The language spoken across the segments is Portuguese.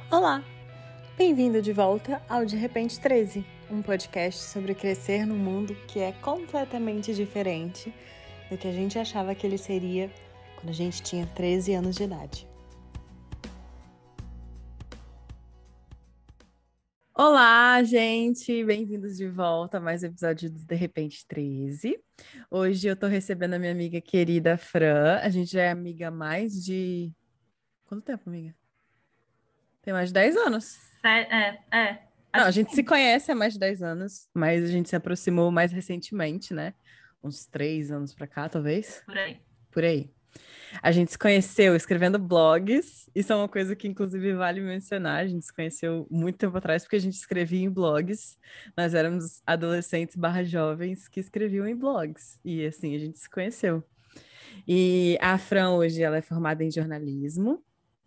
Olá! Bem-vindo de volta ao De Repente 13, um podcast sobre crescer num mundo que é completamente diferente do que a gente achava que ele seria quando a gente tinha 13 anos de idade. Olá, gente! Bem-vindos de volta a mais um episódio do De Repente 13. Hoje eu tô recebendo a minha amiga querida Fran. A gente já é amiga há mais de... Quanto tempo, amiga? Tem mais de 10 anos. Não, a Acho gente que se conhece há mais de 10 anos, mas a gente se aproximou mais recentemente, né? Uns 3 anos pra cá, talvez. por aí. Por aí. A gente se conheceu escrevendo blogs. Isso é uma coisa que, inclusive, vale mencionar. A gente se conheceu muito tempo atrás, porque a gente escrevia em blogs. Nós éramos adolescentes barra jovens que escreviam em blogs. E, assim, a gente se conheceu. E a Fran, hoje, ela é formada em jornalismo.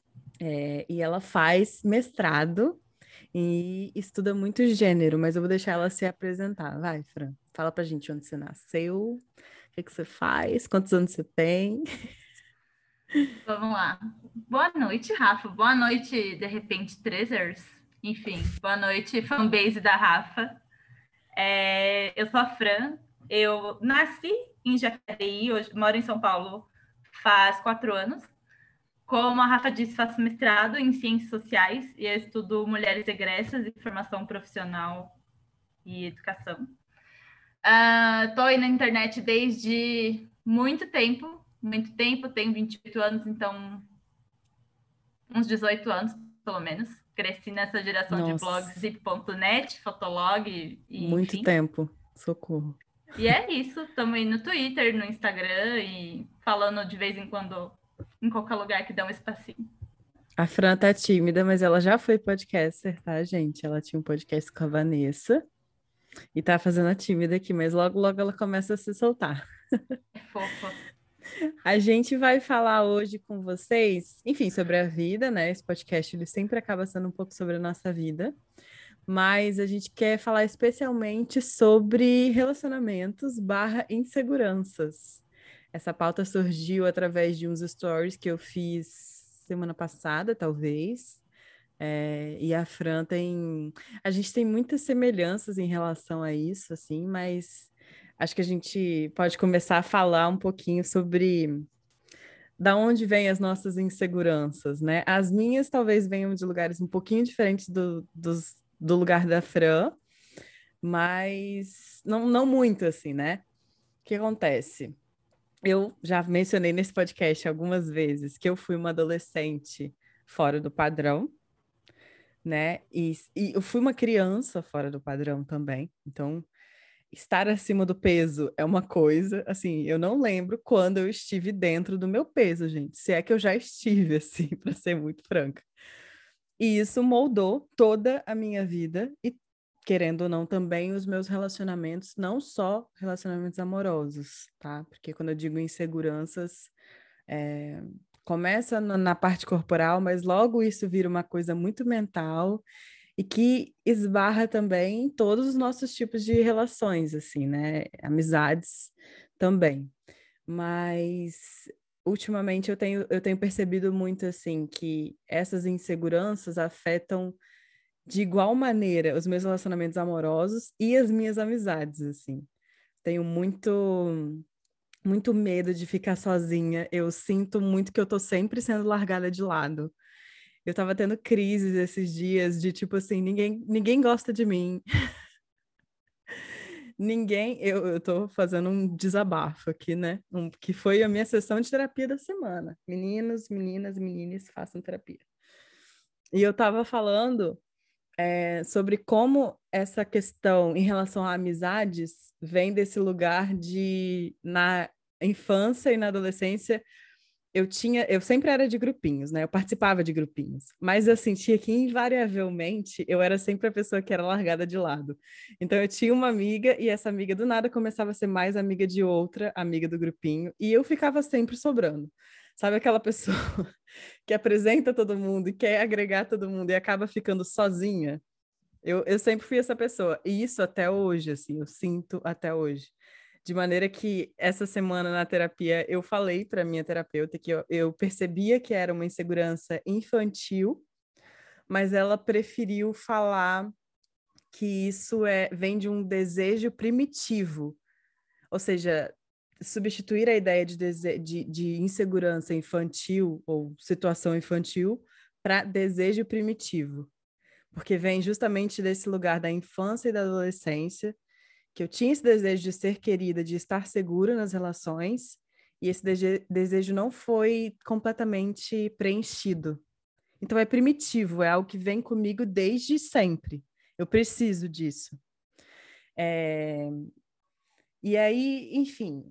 E ela faz mestrado e estuda muito gênero, mas eu vou deixar ela se apresentar. Vai, Fran, fala pra gente onde você nasceu, o que você faz, quantos anos você tem. Vamos lá. Boa noite, Rafa. Boa noite, de repente, Trezers. Enfim, boa noite, fanbase da Rafa. Eu sou a Fran. Eu nasci em Jacareí, hoje moro em São Paulo faz 4 anos. Como a Rafa disse, faço mestrado em Ciências Sociais e eu estudo mulheres egressas e formação profissional e educação. Estou aí na internet desde muito tempo, tenho 28 anos, então uns 18 anos, pelo menos. Cresci nessa geração de blogs Nossa, zip.net, Fotolog e muito enfim. tempo, socorro. E é isso, estamos aí no Twitter, no Instagram e falando de vez em quando em qualquer lugar que dá um espacinho. A Fran tá tímida, mas ela já foi podcaster, tá, gente? Ela tinha um podcast com a Vanessa e tá fazendo a tímida aqui, mas logo, logo ela começa a se soltar. É fofa. A gente vai falar hoje com vocês, enfim, sobre a vida, né? Esse podcast ele sempre acaba sendo um pouco sobre a nossa vida, mas a gente quer falar especialmente sobre relacionamentos barra inseguranças. Essa pauta surgiu através de uns stories que eu fiz semana passada, talvez. E a Fran tem. A gente tem muitas semelhanças em relação a isso, assim, mas acho que a gente pode começar a falar um pouquinho sobre da onde vêm as nossas inseguranças, né? As minhas talvez venham de lugares um pouquinho diferentes do lugar da Fran, mas não muito assim, né? O que acontece? Eu já mencionei nesse podcast algumas vezes que eu fui uma adolescente fora do padrão, né? E eu fui uma criança fora do padrão também. Então, estar acima do peso é uma coisa, assim, eu não lembro quando eu estive dentro do meu peso, gente. Se é que eu já estive, assim, para ser muito franca. E isso moldou toda a minha vida e, querendo ou não, também os meus relacionamentos, não só relacionamentos amorosos, tá? Porque quando eu digo inseguranças, é, começa na parte corporal, mas logo isso vira uma coisa muito mental e que esbarra também em todos os nossos tipos de relações, assim, né? Amizades também. Mas ultimamente eu tenho percebido muito assim que essas inseguranças afetam de igual maneira os meus relacionamentos amorosos e as minhas amizades, assim. Tenho muito medo de ficar sozinha. Eu sinto muito que eu tô sempre sendo largada de lado. Eu tava tendo crises esses dias de tipo assim, ninguém gosta de mim. Eu tô fazendo um desabafo aqui, né? Que foi a minha sessão de terapia da semana. Meninos, meninas, menines, façam terapia. E eu tava falando sobre como essa questão em relação a amizades vem desse lugar de, na infância e na adolescência, eu sempre era de grupinhos, né? Eu participava de grupinhos, mas eu sentia que invariavelmente eu era sempre a pessoa que era largada de lado. Então eu tinha uma amiga e essa amiga do nada começava a ser mais amiga de outra amiga do grupinho e eu ficava sempre sobrando. Sabe aquela pessoa que apresenta todo mundo e quer agregar todo mundo e acaba ficando sozinha? Eu sempre fui essa pessoa, e isso até hoje, assim, eu sinto até hoje. De maneira que essa semana na terapia eu falei para minha terapeuta que eu percebia que era uma insegurança infantil, mas ela preferiu falar que isso vem de um desejo primitivo, ou seja, substituir a ideia de insegurança infantil ou situação infantil para desejo primitivo, porque vem justamente desse lugar da infância e da adolescência, que eu tinha esse desejo de ser querida, de estar segura nas relações, e esse desejo não foi completamente preenchido. Então é primitivo, é algo que vem comigo desde sempre. Eu preciso disso. E aí, enfim,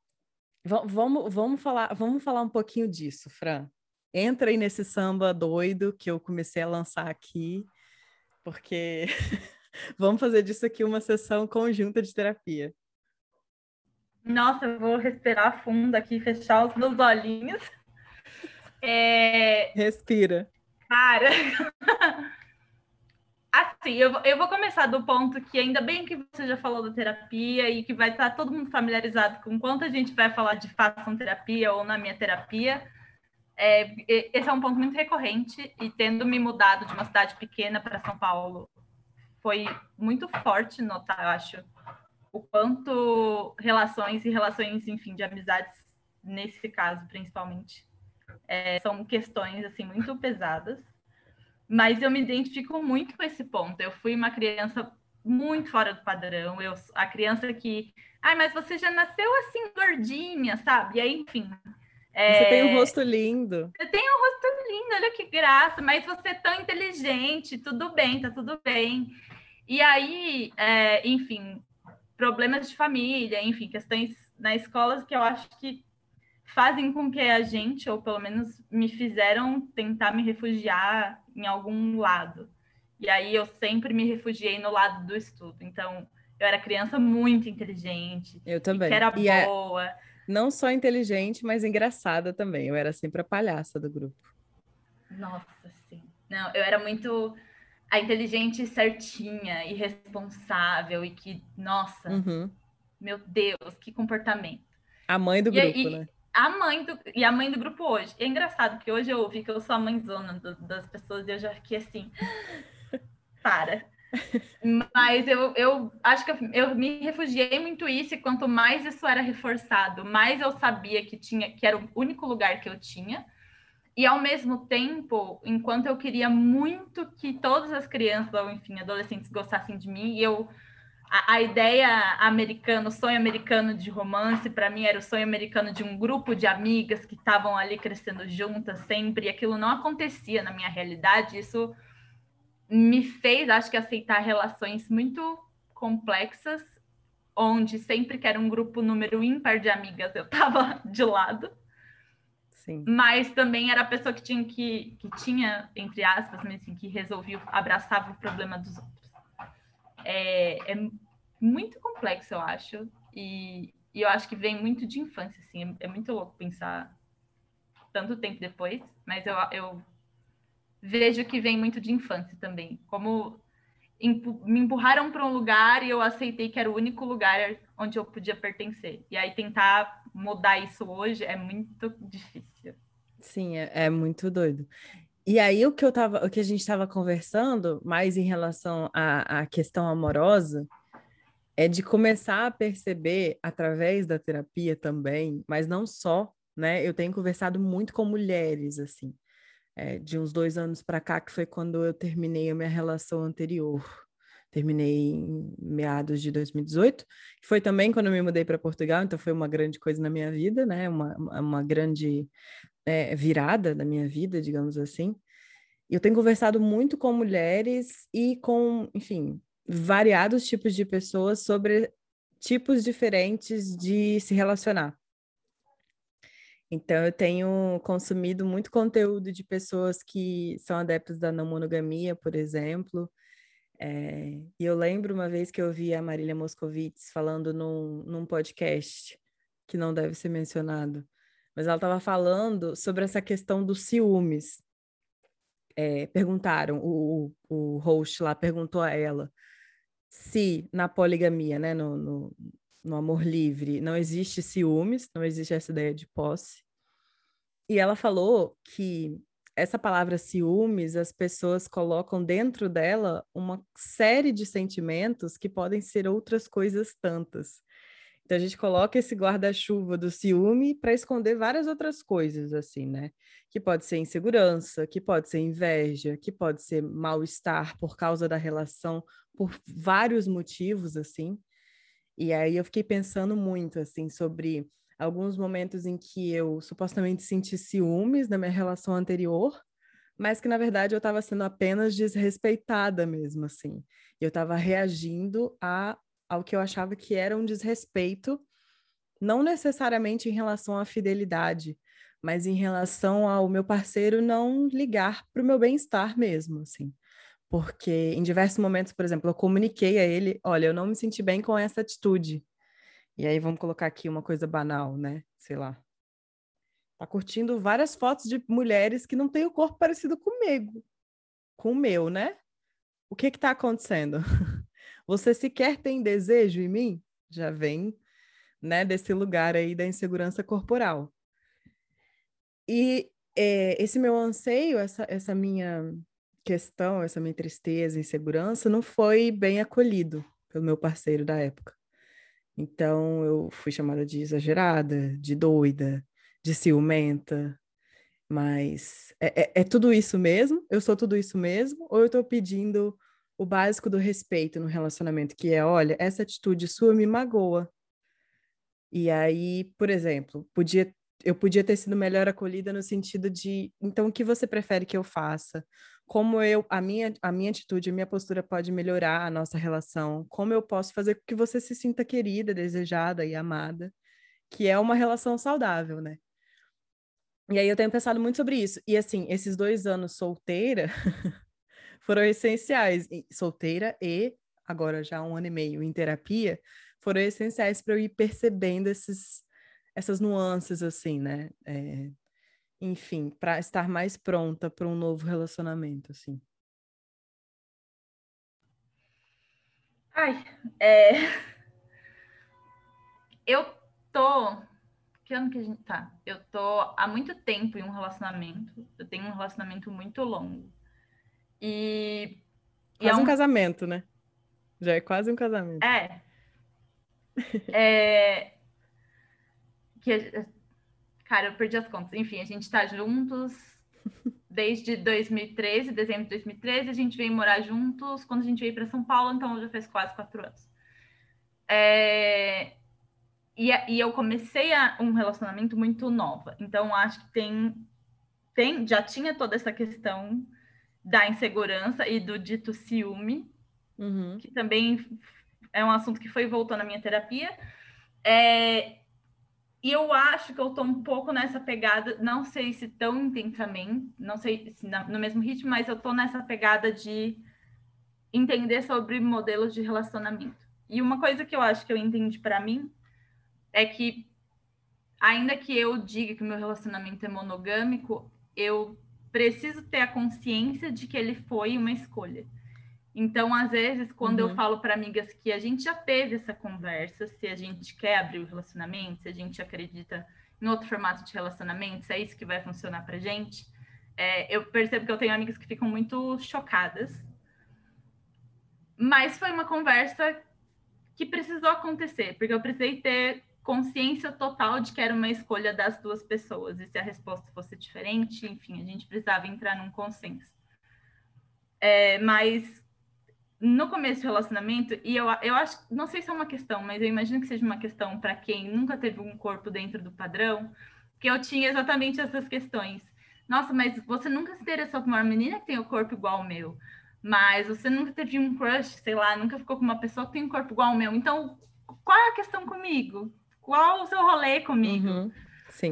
vamos falar um pouquinho disso, Fran. Entra aí nesse samba doido que eu comecei a lançar aqui, porque vamos fazer disso aqui uma sessão conjunta de terapia. Nossa, eu vou respirar fundo aqui, fechar os meus olhinhos. Respira. Cara, assim, eu vou começar do ponto que ainda bem que você já falou da terapia e que vai estar todo mundo familiarizado com quanto a gente vai falar de façam terapia ou na minha terapia. Esse é um ponto muito recorrente e tendo me mudado de uma cidade pequena para São Paulo, foi muito forte notar, eu acho, o quanto relações, enfim, de amizades, nesse caso, principalmente, são questões, assim, muito pesadas. Mas eu me identifico muito com esse ponto. Eu fui uma criança muito fora do padrão. A criança que... Ai, mas você já nasceu assim, gordinha, sabe? E aí, enfim... Você tem um rosto lindo. Você tem um rosto lindo, olha que graça. Mas você é tão inteligente, tudo bem, tá tudo bem. E aí, enfim, problemas de família, enfim, questões na escola que eu acho que fazem com que a gente, ou pelo menos me fizeram tentar me refugiar em algum lado. E aí eu sempre me refugiei no lado do estudo. Então, eu era criança muito inteligente. Eu E que também. era E boa. não só inteligente, mas engraçada também. Eu era sempre a palhaça do grupo. Nossa, sim. Não, eu era muito a inteligente certinha e responsável e que, nossa, meu Deus, que comportamento. A mãe do grupo, né? A mãe do grupo hoje. É engraçado que hoje eu ouvi que eu sou a mãezona das pessoas e eu já fiquei assim, para. Mas eu acho que eu me refugiei muito isso, e quanto mais isso era reforçado, mais eu sabia que era o único lugar que eu tinha. E ao mesmo tempo, enquanto eu queria muito que todas as crianças, ou enfim, adolescentes gostassem de mim, e a ideia americana, o sonho americano de romance, para mim era o sonho americano de um grupo de amigas que estavam ali crescendo juntas sempre, e aquilo não acontecia na minha realidade. Isso me fez, acho que, aceitar relações muito complexas, onde sempre que era um grupo número ímpar de amigas, eu estava de lado. Sim. Mas também era a pessoa que tinha, entre aspas, mas assim, que resolvia, abraçava o problema dos outros. É muito complexo, eu acho. E eu acho que vem muito de infância, assim. É muito louco pensar tanto tempo depois, mas eu vejo que vem muito de infância também. Como me empurraram para um lugar e eu aceitei que era o único lugar onde eu podia pertencer. E aí tentar mudar isso hoje é muito difícil. Sim, é muito doido. E aí o que a gente estava conversando, mais em relação à questão amorosa, é de começar a perceber através da terapia também, mas não só, né? Eu tenho conversado muito com mulheres, assim, de uns 2 anos para cá, que foi quando eu terminei a minha relação anterior. Terminei em meados de 2018, que foi também quando eu me mudei para Portugal, então foi uma grande coisa na minha vida, né? Uma grande virada da minha vida, digamos assim. E eu tenho conversado muito com mulheres e com, enfim, variados tipos de pessoas sobre tipos diferentes de se relacionar. Então, eu tenho consumido muito conteúdo de pessoas que são adeptas da não monogamia, por exemplo. E eu lembro uma vez que eu ouvi a Marília Moscovitz falando num podcast, que não deve ser mencionado, mas ela estava falando sobre essa questão dos ciúmes. Perguntaram, o host lá perguntou a ela se na poligamia, né, no amor livre, não existe ciúmes, não existe essa ideia de posse. E ela falou que essa palavra ciúmes, as pessoas colocam dentro dela uma série de sentimentos que podem ser outras coisas tantas. Então a gente coloca esse guarda-chuva do ciúme para esconder várias outras coisas, assim, né? Que pode ser insegurança, que pode ser inveja, que pode ser mal-estar por causa da relação, por vários motivos, assim. E aí eu fiquei pensando muito, assim, sobre alguns momentos em que eu supostamente senti ciúmes na minha relação anterior, mas que na verdade eu estava sendo apenas desrespeitada mesmo, assim. Eu estava reagindo ao que eu achava que era um desrespeito, não necessariamente em relação à fidelidade, mas em relação ao meu parceiro não ligar para o meu bem-estar mesmo, assim. Porque em diversos momentos, por exemplo, eu comuniquei a ele, olha, eu não me senti bem com essa atitude. E aí vamos colocar aqui uma coisa banal, né? Sei lá. Tá curtindo várias fotos de mulheres que não têm o corpo parecido comigo, com o meu, né? O que que tá acontecendo? Você sequer tem desejo em mim? Já vem, né, desse lugar aí da insegurança corporal. E esse meu anseio, essa minha questão, essa minha tristeza, insegurança, não foi bem acolhido pelo meu parceiro da época. Então, eu fui chamada de exagerada, de doida, de ciumenta, mas é tudo isso mesmo? Eu sou tudo isso mesmo? Ou eu estou pedindo o básico do respeito no relacionamento, que é, olha, essa atitude sua me magoa. E aí, por exemplo, eu podia ter sido melhor acolhida no sentido de, então, o que você prefere que eu faça? Como a minha atitude, a minha postura pode melhorar a nossa relação? Como eu posso fazer com que você se sinta querida, desejada e amada? Que é uma relação saudável, né? E aí eu tenho pensado muito sobre isso. E assim, esses 2 anos solteira foram essenciais. Solteira e agora já 1 ano e meio em terapia, foram essenciais para eu ir percebendo essas nuances, assim, né? Enfim, para estar mais pronta para um novo relacionamento, assim. Ai, eu tô. Que ano que a gente tá? Eu tô há muito tempo em um relacionamento. Eu tenho um relacionamento muito longo. E, e é Quase um um. casamento, né? Já é quase um casamento. É. é que, cara, eu perdi as contas. Enfim, a gente tá juntos desde 2013, dezembro de 2013. A gente veio morar juntos quando a gente veio para São Paulo, então já fez quase 4 anos. E eu comecei um relacionamento muito nova. Então, acho que já tinha toda essa questão da insegurança e do dito ciúme, Uhum, que também é um assunto que foi voltando à minha terapia. É, e eu acho que eu tô um pouco nessa pegada, não sei se tão intensamente, não sei se no mesmo ritmo, mas eu tô nessa pegada de entender sobre modelos de relacionamento. E uma coisa que eu acho que eu entendi para mim é que, ainda que eu diga que o meu relacionamento é monogâmico, eu preciso ter a consciência de que ele foi uma escolha. Então, às vezes, quando eu uhum, falo para amigas que a gente já teve essa conversa, se a gente quer abrir o relacionamento, se a gente acredita em outro formato de relacionamento, se é isso que vai funcionar para gente, eu percebo que eu tenho amigas que ficam muito chocadas. Mas foi uma conversa que precisou acontecer, porque eu precisei ter consciência total de que era uma escolha das duas pessoas. E se a resposta fosse diferente, enfim, a gente precisava entrar num consenso. Mas no começo do relacionamento, e eu acho, não sei se é uma questão, mas eu imagino que seja uma questão para quem nunca teve um corpo dentro do padrão, que eu tinha exatamente essas questões. Nossa, mas você nunca se interessou por uma menina que tem o corpo igual ao meu, mas você nunca teve um crush, sei lá, nunca ficou com uma pessoa que tem um corpo igual ao meu. Então, qual é a questão comigo? Qual o seu rolê comigo? uhum. Sim.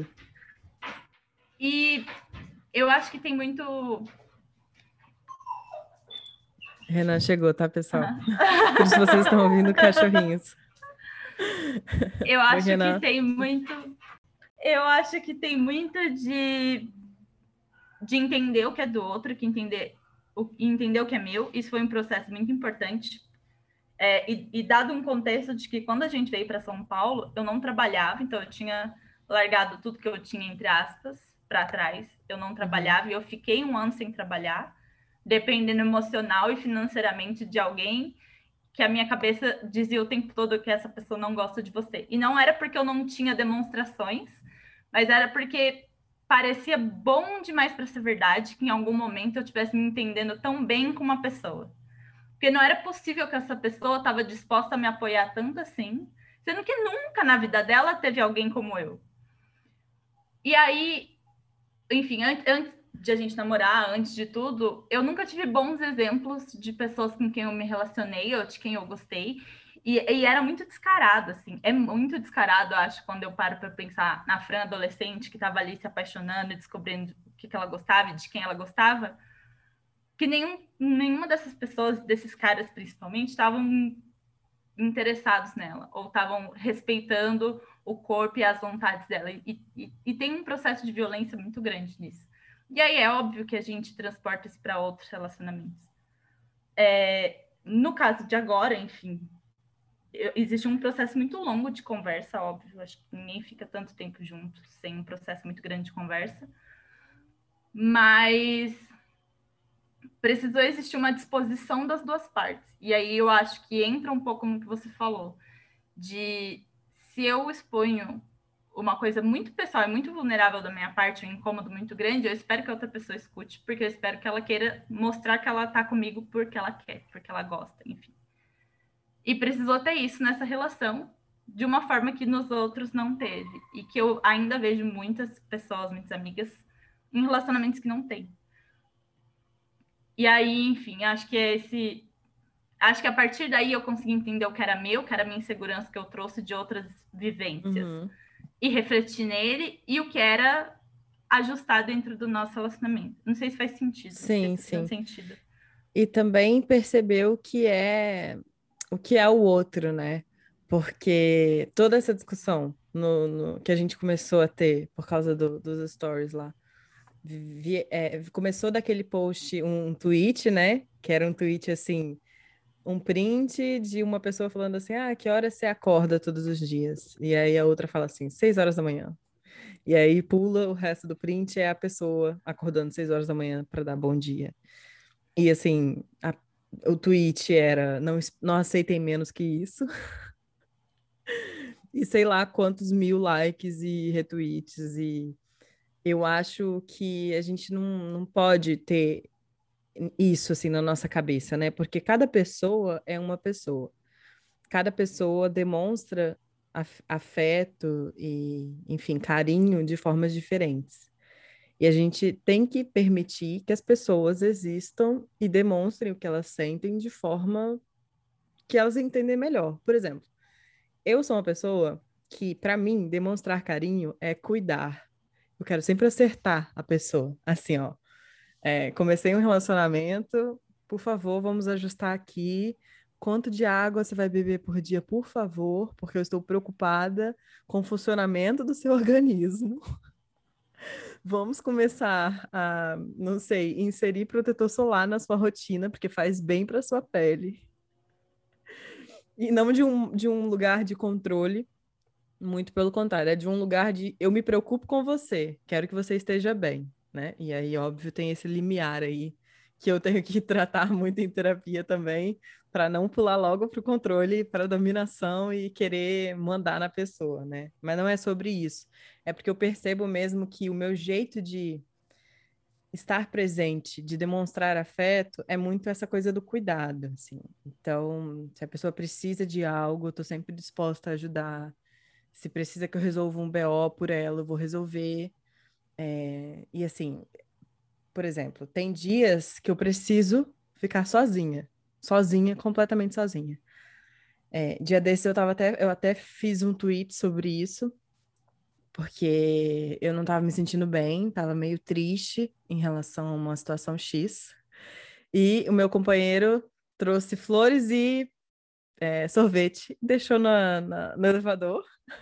E eu acho que tem muito. Renan chegou, tá, pessoal? Uhum. Por isso vocês estão ouvindo cachorrinhos. Eu Oi, acho que Renan. tem muito. Eu acho que tem muito de entender o que é do outro, que entender o que é meu. Isso foi um processo muito importante. E dado um contexto de que quando a gente veio para São Paulo, eu não trabalhava, então eu tinha largado tudo que eu tinha, entre aspas. para trás. Eu não trabalhava e eu fiquei 1 ano sem trabalhar, dependendo emocional e financeiramente de alguém que a minha cabeça dizia o tempo todo que essa pessoa não gosta de você. E não era porque eu não tinha demonstrações, mas era porque parecia bom demais para ser verdade que em algum momento eu estivesse me entendendo tão bem com uma pessoa. Porque não era possível que essa pessoa estava disposta a me apoiar tanto assim, sendo que nunca na vida dela teve alguém como eu. E aí, enfim, antes de a gente namorar, antes de tudo, eu nunca tive bons exemplos de pessoas com quem eu me relacionei ou de quem eu gostei. E era muito descarado, assim. É muito descarado, acho, quando eu paro para pensar na Fran adolescente que estava ali se apaixonando e descobrindo o que ela gostava e de quem ela gostava, que nenhuma dessas pessoas, desses caras principalmente, estavam interessados nela ou estavam respeitando o corpo e as vontades dela. E tem um processo de violência muito grande nisso. E aí é óbvio que a gente transporta isso para outros relacionamentos. No caso de agora, enfim, existe um processo muito longo de conversa, óbvio. Acho que ninguém fica tanto tempo junto sem um processo muito grande de conversa. Mas precisou existir uma disposição das duas partes. E aí eu acho que entra um pouco no que você falou, de se eu exponho uma coisa muito pessoal e muito vulnerável da minha parte, um incômodo muito grande, eu espero que a outra pessoa escute, porque eu espero que ela queira mostrar que ela tá comigo porque ela quer, porque ela gosta, enfim. E precisou ter isso nessa relação, de uma forma que nos outros não teve. E que eu ainda vejo muitas pessoas, muitas amigas, em relacionamentos que não tem. E aí, enfim, acho que acho que a partir daí eu consegui entender o que era meu, que era a minha insegurança que eu trouxe de outras vivências. E refletir nele, e o que era ajustar dentro do nosso relacionamento. Não sei se faz sentido. Sim, Não sei se sim. sentido. E também perceber o que é o outro, né? Porque toda essa discussão que a gente começou a ter por causa dos stories lá, começou daquele post, um tweet, né? Que era um tweet assim, um print de uma pessoa falando assim, ah, que hora você acorda todos os dias? E aí a outra fala assim, 6 horas da manhã. E aí pula o resto do print, é a pessoa acordando 6 horas da manhã para dar bom dia. E assim, o tweet era não aceitem menos que isso. E sei lá quantos mil likes e retweets. E eu acho que a gente não pode ter isso assim na nossa cabeça, né? Porque cada pessoa é uma pessoa. Cada pessoa demonstra afeto e, enfim, carinho de formas diferentes. E a gente tem que permitir que as pessoas existam e demonstrem o que elas sentem de forma que elas entendem melhor. Por exemplo, eu sou uma pessoa que, para mim, demonstrar carinho é cuidar. Eu quero sempre acertar a pessoa. Assim, ó. Comecei um relacionamento, por favor, vamos ajustar aqui. Quanto de água você vai beber por dia, por favor? Porque eu estou preocupada com o funcionamento do seu organismo. Vamos começar a, não sei, inserir protetor solar na sua rotina, porque faz bem para sua pele. E não de um lugar de controle, muito pelo contrário, é de um lugar de eu me preocupo com você, quero que você esteja bem, né? E aí, óbvio, tem esse limiar aí que eu tenho que tratar muito em terapia também, para não pular logo para o controle, para a dominação e querer mandar na pessoa, né? Mas não é sobre isso. É porque eu percebo mesmo que o meu jeito de estar presente, de demonstrar afeto, é muito essa coisa do cuidado, assim. Então, se a pessoa precisa de algo, eu tô sempre disposta a ajudar. Se precisa que eu resolva um BO por ela, eu vou resolver. E assim, por exemplo, tem dias que eu preciso ficar sozinha, sozinha, completamente sozinha. Dia desses eu até fiz um tweet sobre isso, porque eu não estava me sentindo bem, estava meio triste em relação a uma situação X. E o meu companheiro trouxe flores e sorvete, deixou no elevador.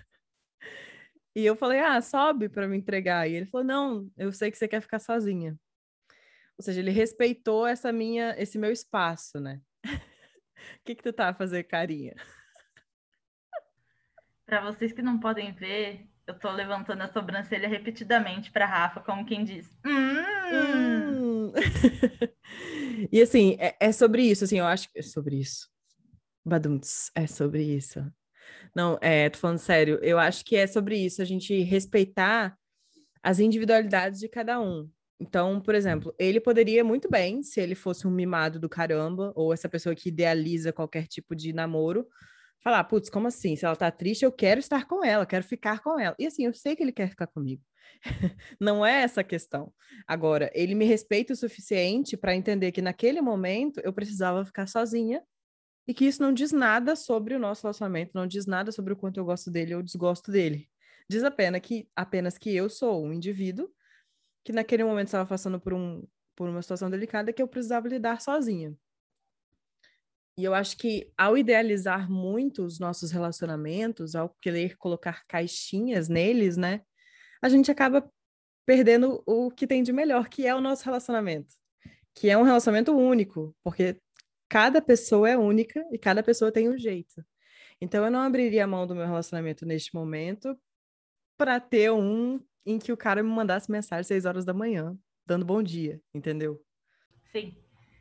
E eu falei, ah, sobe para me entregar. E ele falou, não, eu sei que você quer ficar sozinha. Ou seja, ele respeitou esse meu espaço, né? O que tu tá a fazer, carinha? Para vocês que não podem ver, Eu tô levantando a sobrancelha repetidamente pra Rafa, como quem diz. Hum. E assim, é sobre isso, assim, eu acho que é sobre isso. Badunts, é sobre isso. Não, tô falando sério, eu acho que é sobre isso, a gente respeitar as individualidades de cada um. Então, por exemplo, ele poderia muito bem, se ele fosse um mimado do caramba, ou essa pessoa que idealiza qualquer tipo de namoro, falar, putz, como assim? Se ela tá triste, eu quero estar com ela, quero ficar com ela. E assim, eu sei que ele quer ficar comigo. Não é essa a questão. Agora, ele me respeita o suficiente para entender que naquele momento eu precisava ficar sozinha e que isso não diz nada sobre o nosso relacionamento, não diz nada sobre o quanto eu gosto dele ou desgosto dele. Diz apenas que eu sou um indivíduo que naquele momento estava passando por uma situação delicada que eu precisava lidar sozinha. E eu acho que ao idealizar muito os nossos relacionamentos, ao querer colocar caixinhas neles, né, a gente acaba perdendo o que tem de melhor, que é o nosso relacionamento, que é um relacionamento único, porque cada pessoa é única e cada pessoa tem um jeito. Então eu não abriria a mão do meu relacionamento neste momento para ter um em que o cara me mandasse mensagem às 6 horas da manhã, dando bom dia, entendeu? Sim.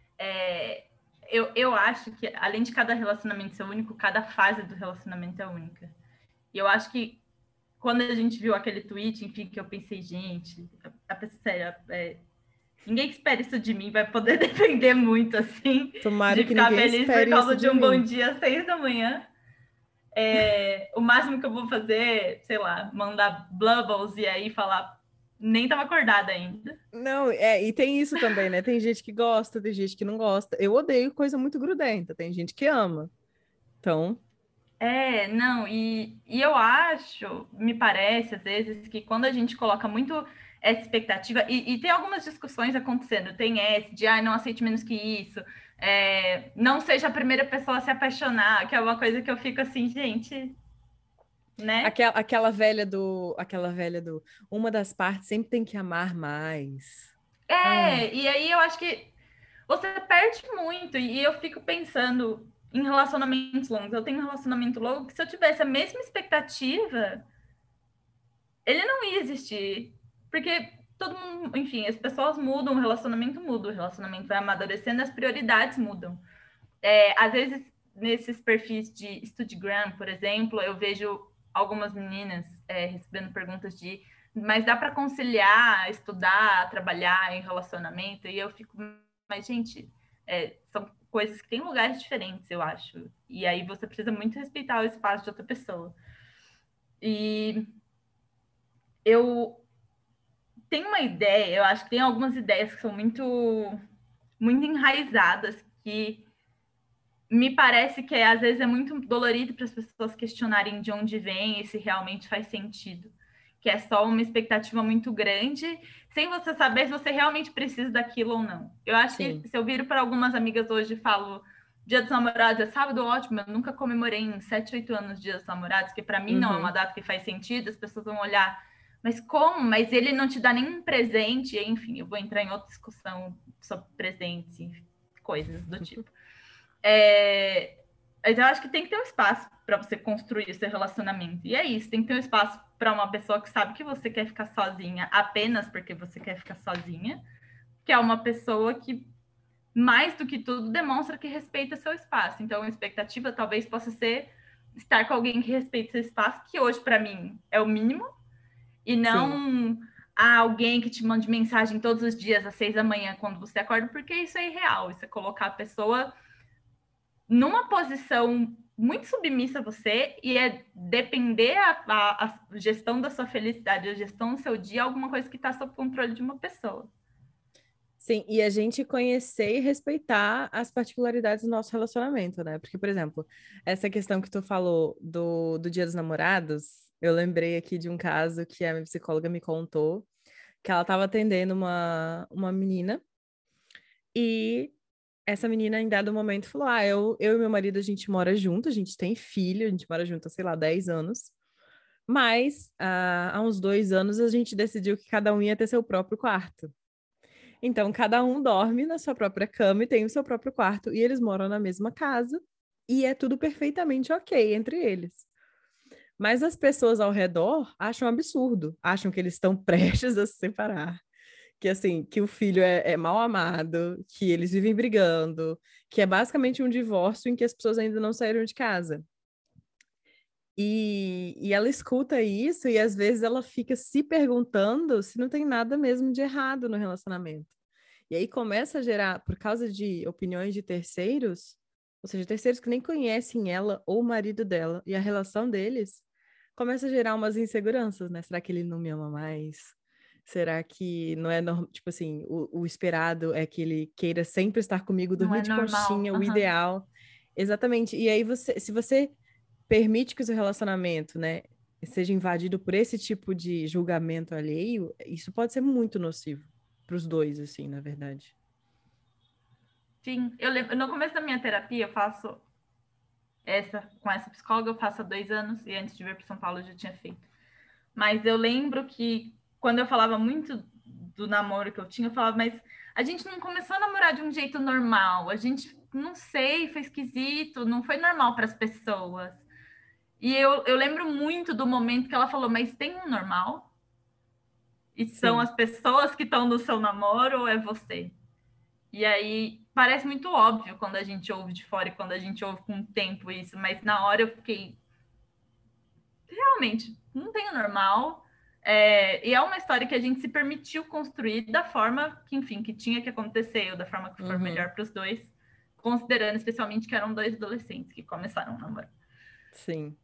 Eu acho que, além de cada relacionamento ser único, cada fase do relacionamento é única. E eu acho que quando a gente viu aquele tweet, enfim, que eu pensei, gente, sério, ninguém que espera isso de mim vai poder defender muito, assim, Tomara de que ficar ninguém feliz por espere isso causa de de um bom mim. dia às 6 da manhã. O máximo que eu vou fazer, sei lá, mandar blubbles e aí falar, nem tava acordada ainda. Não, e tem isso também, né? Tem gente que gosta, tem gente que não gosta. Eu odeio coisa muito grudenta, tem gente que ama. Então, Não, e eu acho, me parece às vezes, que quando a gente coloca muito essa expectativa, e tem algumas discussões acontecendo, tem esse de, não aceite menos que isso, não seja a primeira pessoa a se apaixonar, que é uma coisa que eu fico assim, gente, né? aquela velha do, uma das partes sempre tem que amar mais. E aí eu acho que você perde muito, e eu fico pensando em relacionamentos longos. Eu tenho um relacionamento longo que se eu tivesse a mesma expectativa, ele não ia existir. Porque todo mundo, enfim, as pessoas mudam, o relacionamento vai amadurecendo, as prioridades mudam. Às vezes, nesses perfis de Instagram, por exemplo, eu vejo algumas meninas recebendo perguntas de mas dá para conciliar, estudar, trabalhar em relacionamento? E eu fico, mas, gente, são coisas que têm lugares diferentes, eu acho. E aí você precisa muito respeitar o espaço de outra pessoa. E eu tenho uma ideia, eu acho que tem algumas ideias que são muito enraizadas, que me parece que às vezes é muito dolorido para as pessoas questionarem de onde vem e se realmente faz sentido. Que é só uma expectativa muito grande, sem você saber se você realmente precisa daquilo ou não. Eu acho Sim. que se eu viro para algumas amigas hoje e falo Dia dos Namorados é sábado, ótimo, eu nunca comemorei em 7, 8 anos Dia dos Namorados, que para mim não é uma data que faz sentido, as pessoas vão olhar, mas como? Mas ele não te dá nenhum presente, enfim, eu vou entrar em outra discussão sobre presentes e coisas do tipo. Mas eu acho que tem que ter um espaço para você construir esse relacionamento. E é isso, tem que ter um espaço para uma pessoa que sabe que você quer ficar sozinha apenas porque você quer ficar sozinha, que é uma pessoa que, mais do que tudo, demonstra que respeita seu espaço. Então, a expectativa talvez possa ser estar com alguém que respeita seu espaço, que hoje, para mim, é o mínimo, e Sim. não alguém que te mande mensagem todos os dias às 6 da manhã quando você acorda, porque isso é irreal. Isso é colocar a pessoa numa posição muito submissa a você e depender a gestão da sua felicidade, a gestão do seu dia, alguma coisa que está sob controle de uma pessoa. Sim, e a gente conhecer e respeitar as particularidades do nosso relacionamento, né? Porque, por exemplo, essa questão que tu falou do Dia dos Namorados, eu lembrei aqui de um caso que a minha psicóloga me contou, que ela estava atendendo uma menina e essa menina, em dado momento, falou: eu e meu marido, a gente mora junto, a gente tem filho, a gente mora junto há, sei lá, 10 anos. Mas há uns 2 anos a gente decidiu que cada um ia ter seu próprio quarto. Então, cada um dorme na sua própria cama e tem o seu próprio quarto. E eles moram na mesma casa. E é tudo perfeitamente ok entre eles. Mas as pessoas ao redor acham absurdo, acham que eles estão prestes a se separar, que assim, que o filho é mal amado, que eles vivem brigando, que é basicamente um divórcio em que as pessoas ainda não saíram de casa. E ela escuta isso e às vezes ela fica se perguntando se não tem nada mesmo de errado no relacionamento. E aí começa a gerar, por causa de opiniões de terceiros, ou seja, terceiros que nem conhecem ela ou o marido dela, e a relação deles começa a gerar umas inseguranças, né? Será que ele não me ama mais? Será que não é normal? Tipo assim, o esperado é que ele queira sempre estar comigo, Não dormir é de normal. conchinha, o Aham. ideal. Exatamente. E aí se você permite que o seu relacionamento, né, seja invadido por esse tipo de julgamento alheio, isso pode ser muito nocivo para os dois, assim, na verdade. Sim, eu lembro, no começo da minha terapia, eu faço com essa psicóloga, eu faço há 2 anos, e antes de vir para São Paulo eu já tinha feito. Mas eu lembro que quando eu falava muito do namoro que eu tinha, eu falava, mas a gente não começou a namorar de um jeito normal, a gente, não sei, foi esquisito, não foi normal para as pessoas. E eu lembro muito do momento que ela falou, mas tem um normal? E são Sim. as pessoas que estão no seu namoro ou é você? E aí parece muito óbvio quando a gente ouve de fora e quando a gente ouve com o tempo isso, mas na hora eu fiquei, realmente, não tem o normal. E é uma história que a gente se permitiu construir da forma que, enfim, que tinha que acontecer, ou da forma que for Uhum. melhor para os dois, considerando especialmente que eram 2 adolescentes que começaram a namorar. Sim.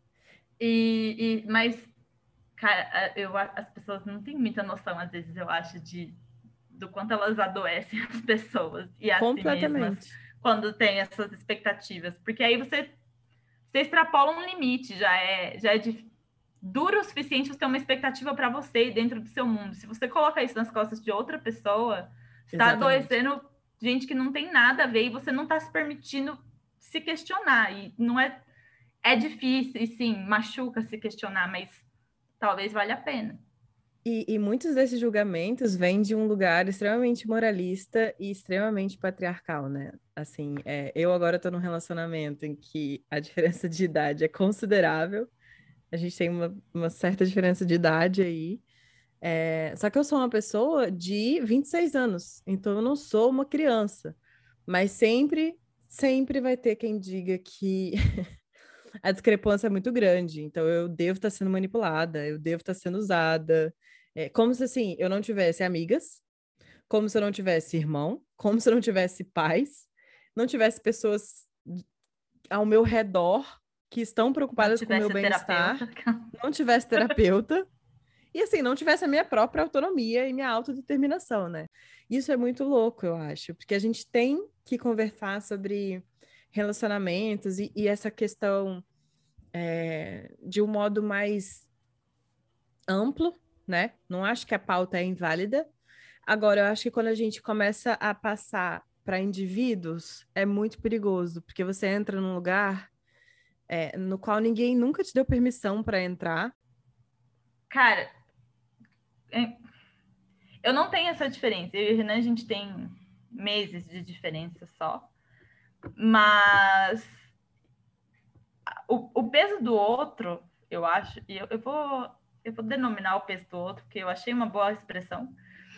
Mas, cara, as pessoas não têm muita noção, às vezes, eu acho, do quanto elas adoecem as pessoas e a si mesmas Completamente. quando tem essas expectativas. Porque aí você extrapola um limite, já é duro o suficiente você ter uma expectativa para você dentro do seu mundo. Se você coloca isso nas costas de outra pessoa, está Exatamente. adoecendo gente que não tem nada a ver e você não está se permitindo se questionar. E não é difícil, e sim, machuca se questionar, mas talvez valha a pena. E muitos desses julgamentos vêm de um lugar extremamente moralista e extremamente patriarcal, né? Assim, eu agora estou num relacionamento em que a diferença de idade é considerável. A gente tem uma certa diferença de idade aí. Só que eu sou uma pessoa de 26 anos, então eu não sou uma criança. Mas sempre vai ter quem diga que a discrepância é muito grande. Então eu devo estar sendo manipulada, eu devo estar sendo usada. É como se assim, eu não tivesse amigas, como se eu não tivesse irmão, como se eu não tivesse pais, não tivesse pessoas ao meu redor que estão Não preocupadas com o meu tivesse bem-estar, terapeuta. não tivesse terapeuta. E assim, não tivesse a minha própria autonomia e minha autodeterminação, né? Isso é muito louco, eu acho, porque a gente tem que conversar sobre relacionamentos e essa questão de um modo mais amplo, né? Não acho que a pauta é inválida. Agora, eu acho que quando a gente começa a passar para indivíduos, é muito perigoso, porque você entra num lugar no qual ninguém nunca te deu permissão para entrar. Cara, eu não tenho essa diferença. Eu e o Renan, a gente tem meses de diferença só. Mas o peso do outro, eu acho, e eu vou denominar o peso do outro, porque eu achei uma boa expressão.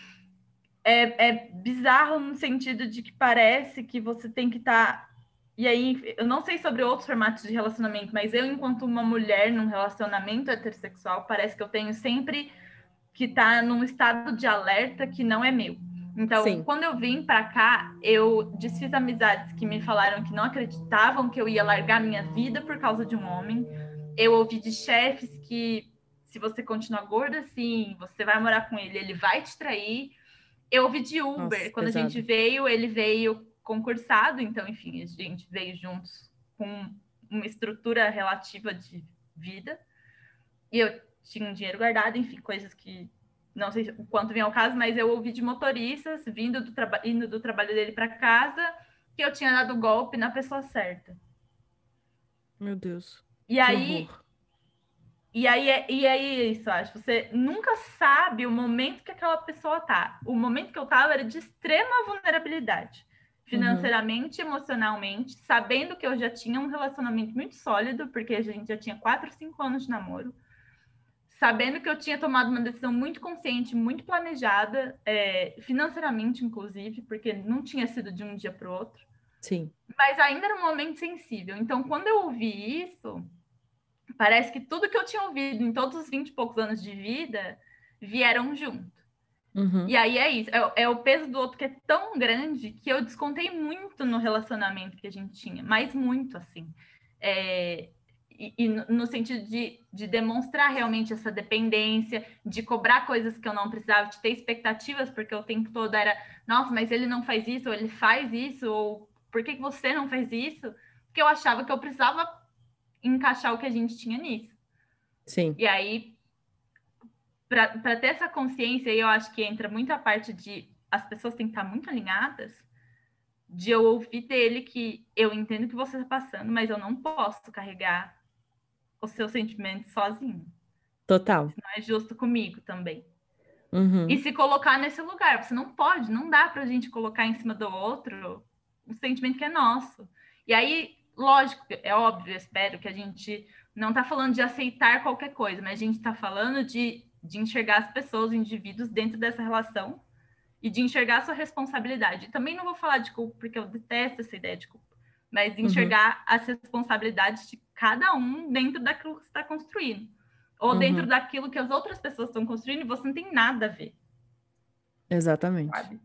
É bizarro no sentido de que parece que você tem que estar. E aí, eu não sei sobre outros formatos de relacionamento, mas eu, enquanto uma mulher num relacionamento heterossexual, parece que eu tenho sempre que estar num estado de alerta que não é meu. Então, Sim, quando eu vim para cá, eu desfiz amizades que me falaram que não acreditavam que eu ia largar minha vida por causa de um homem. Eu ouvi de chefes que se você continuar gorda assim, você vai morar com ele, ele vai te trair. Eu ouvi de nossa, Uber. Quando a gente pesado. veio, ele veio concursado, então, enfim, a gente veio juntos com uma estrutura relativa de vida. E eu tinha um dinheiro guardado, enfim, coisas que não sei o quanto vem ao caso, mas eu ouvi de motoristas indo do trabalho dele para casa que eu tinha dado golpe na pessoa certa. Meu Deus, E que aí, horror. e aí isso, acho. Você nunca sabe o momento que aquela pessoa tá. O momento que eu tava era de extrema vulnerabilidade financeiramente, emocionalmente, sabendo que eu já tinha um relacionamento muito sólido, porque a gente já tinha 4, 5 anos de namoro, sabendo que eu tinha tomado uma decisão muito consciente, muito planejada, financeiramente, inclusive, porque não tinha sido de um dia para o outro. Sim. Mas ainda era um momento sensível. Então, quando eu ouvi isso, parece que tudo que eu tinha ouvido em todos os 20 e poucos anos de vida vieram junto. E aí é isso, é o peso do outro que é tão grande que eu descontei muito no relacionamento que a gente tinha, mas muito, assim. E no sentido de demonstrar realmente essa dependência, de cobrar coisas que eu não precisava, de ter expectativas, porque o tempo todo era, nossa, mas ele não faz isso, ou ele faz isso, ou por que você não faz isso? Porque eu achava que eu precisava encaixar o que a gente tinha nisso. Sim. E aí, para ter essa consciência, eu acho que entra muito a parte de as pessoas têm que estar muito alinhadas, de eu ouvir dele que eu entendo que você está passando, mas eu não posso carregar os seus sentimentos sozinho. Total. Isso não é justo comigo também. E Uhum. se colocar nesse lugar, você não pode, não dá pra gente colocar em cima do outro um sentimento que é nosso. E aí, lógico, é óbvio, eu espero que a gente não tá falando de aceitar qualquer coisa, mas a gente tá falando de enxergar as pessoas, os indivíduos dentro dessa relação e de enxergar a sua responsabilidade. E também não vou falar de culpa, porque eu detesto essa ideia de culpa, mas de enxergar as responsabilidades de cada um dentro daquilo que você está construindo. Ou dentro daquilo que as outras pessoas estão construindo e você não tem nada a ver. Exatamente. Sabe?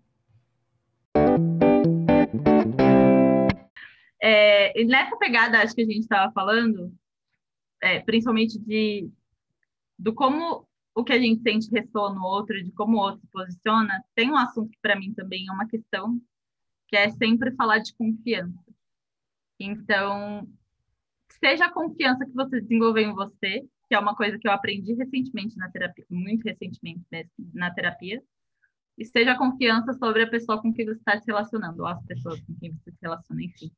E nessa pegada, acho que a gente estava falando, principalmente do como o que a gente sente ressoa no outro, de como o outro se posiciona, tem um assunto que para mim também é uma questão, que é sempre falar de confiança. Então, seja a confiança que você desenvolveu em você, que é uma coisa que eu aprendi recentemente na terapia, muito recentemente mesmo, na terapia, e seja a confiança sobre a pessoa com quem você está se relacionando, ou as pessoas com quem você se relaciona, enfim.